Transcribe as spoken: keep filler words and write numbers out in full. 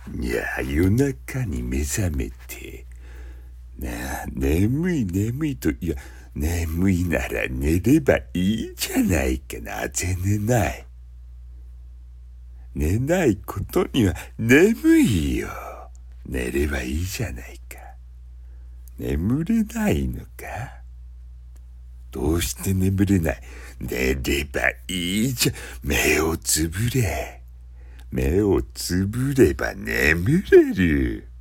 いや、夜中に目覚めて、なあ、眠い眠いと、いや、眠いなら寝ればいいじゃないか。なぜ寝ない。寝ないことには眠いよ。寝ればいいじゃないか。眠れないのか。どうして眠れない。寝ればいいじゃ。目をつぶれ。目をつぶれば眠れる。